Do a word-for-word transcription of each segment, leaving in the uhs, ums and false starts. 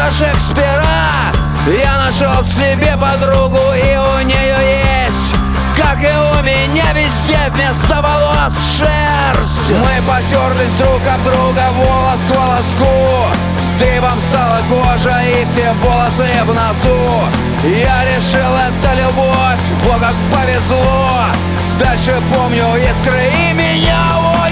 Шекспира. Я нашел в себе подругу, и у нее есть, как и у меня, везде вместо волос шерсть. Мы потерлись друг об друга, волос к волоску. Дыбом стала кожа и все волосы в носу. Я решил, это любовь, вот как повезло. Дальше помню искры и меня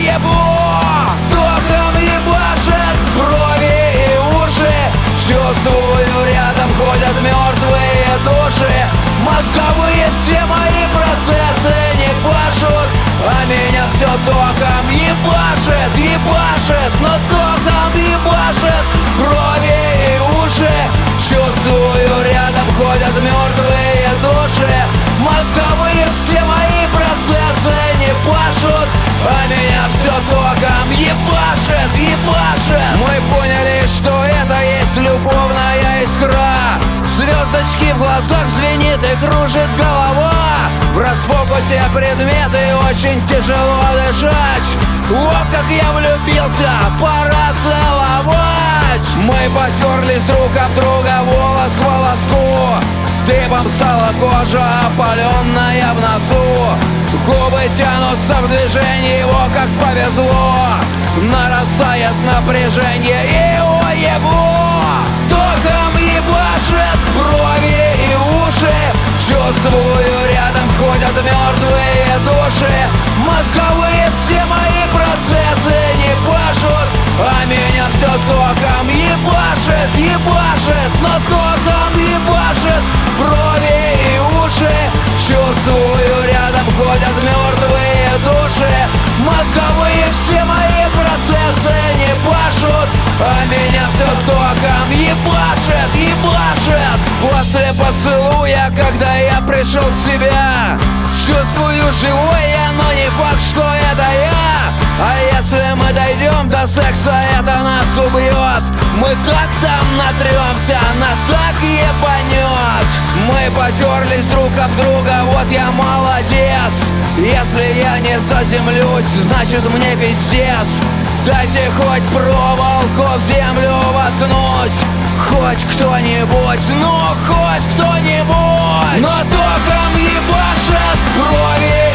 уебло. Током ебашит брови и уши. Чувствую, рядом ходят мертвые души. Мозговые все мои процессы не пашут, а меня все током ебашит, ебашит, но током ебашит брови и уши. Чувствую, рядом ходят мертвые души. Мозговые все мои процессы не пашут, а меня все током ебашит, ебашит. Мы поняли, что это есть любовная искра. Звездочки в глазах звенит и кружит голова. В расфокусе предметы очень тяжело дышать. О, как я влюбился, пора целовать. Мы потерлись друг об друга, волос к волоску. Дыбом стала кожа, опаленная в носу. Губы тянутся в движении, о, как повезло. Нарастает напряжение и уебло. Током ебашит брови и уши. Чувствую, рядом ходят мертвые души. Мозговые все мои процессы не пашут, а меня все током ебашит, ебашит, но током ебашит брови и уши. Чувствую, рядом ходят мертвые души. Мозговые все мои процессы не пашут, а меня все током ебашит, ебашит. После поцелуя, когда я пришел в себя, чувствую, живой я, но не факт, что это я. А если мы дойдем до секса, это нас убьет. Мы так там натремся, нас так ебанет. Мы потерлись друг об друга, вот я молодец. Если я не заземлюсь, значит мне пиздец. Дайте хоть проволоку в землю воткнуть. Хоть кто-нибудь, ну хоть кто-нибудь. Но током ебашит брови